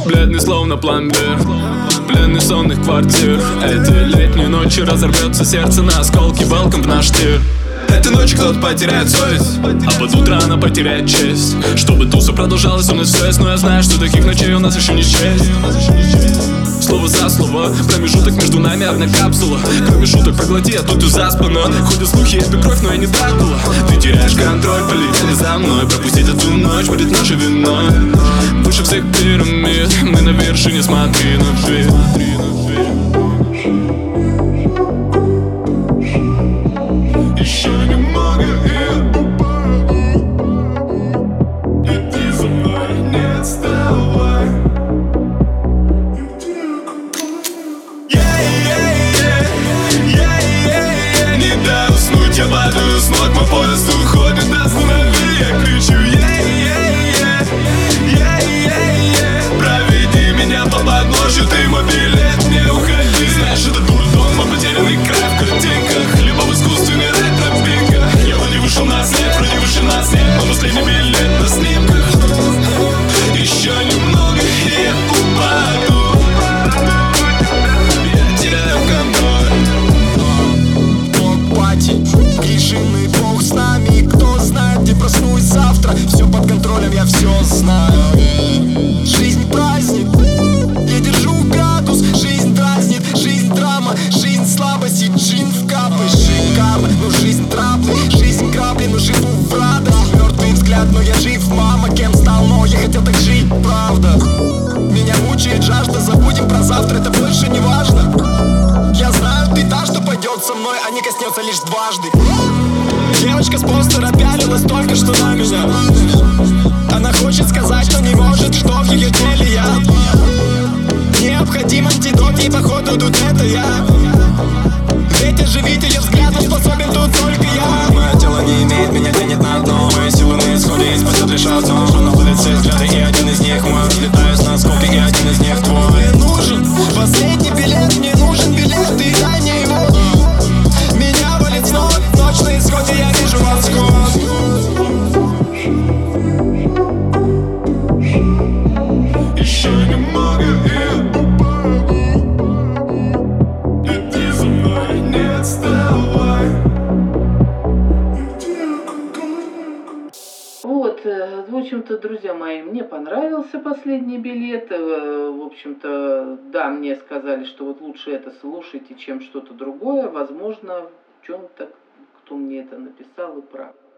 Бледный словно пломбир, пленный сонных квартир. Эти летние ночи разорвется сердце на осколки. Welcome в наш тир. Этой ночью кто-то потеряет совесть, а под утро она потеряет честь. Чтобы туса продолжалась, у нас все есть. Но я знаю, что таких ночей у нас еще не счесть. Слово за слово, промежуток между нами одна капсула. Кроме шуток проглоти, а тут и заспана. Ходят слухи, это кровь, но я не Дракула. Ты теряешь контроль, полетели за мной. Пропустить эту ночь будет нашей виной. Выше всех пирамид, мы на вершине, смотри на дверь. Еще немного и иди за мной, не отставай. Не дай уснуть, я падаю с ног, мой поезд уходит, останови. Я кричу проведи меня по подножью, ты мой билет, не уходи. Знаешь, это дурдом, мой потерянный край в картинках. Либо в искусственный ретро-бинго. Я вроде вышел на свет, вроде выше на снег, но последний билет на снимках. Еще немного и я упаду. Я теряю контроль. Ток-пати, режимный бог с нами. Кто знает, где проснусь завтра. Все под контролем, я все знаю. Жизнь праздник, я держу градус. Жизнь дразнит, жизнь драма. Жизнь слабости, джин в капы. Шикарно, но жизнь траблы. Жизнь грабли, но живу в радость. Мертвый взгляд, но я жив. Мама, кем стал, но я хотел так жить, правда. Меня мучает жажда, забудем про завтра, это больше не важно. Я знаю, ты та, что пойдет со мной, а не коснется лишь дважды. Девочка с постера пялилась только что на меня. Она хочет сказать, но не может, что в ее теле я. Необходим антидот, и походу тут это я. Ведь оживить ее взглядом способен тут только я. Мое тело не имеет, меня тянет на дно. Мои силы на исходе, и спасет лишь одно. На улице взгляды, и один из них мой. Летаюсь на осколки, и один из них твой. Мне нужен последний билет, мне нужен билет, и дай мне его. Меня валит с ног, ночь на исходе, я вижу восход. Еще немного и иди за мной, не отставай. Вот, в общем-то, друзья мои, мне понравился последний билет. В общем-то, да, мне сказали, что вот лучше это слушайте, чем что-то другое. Возможно, в чем-то, кто мне это написал, и прав.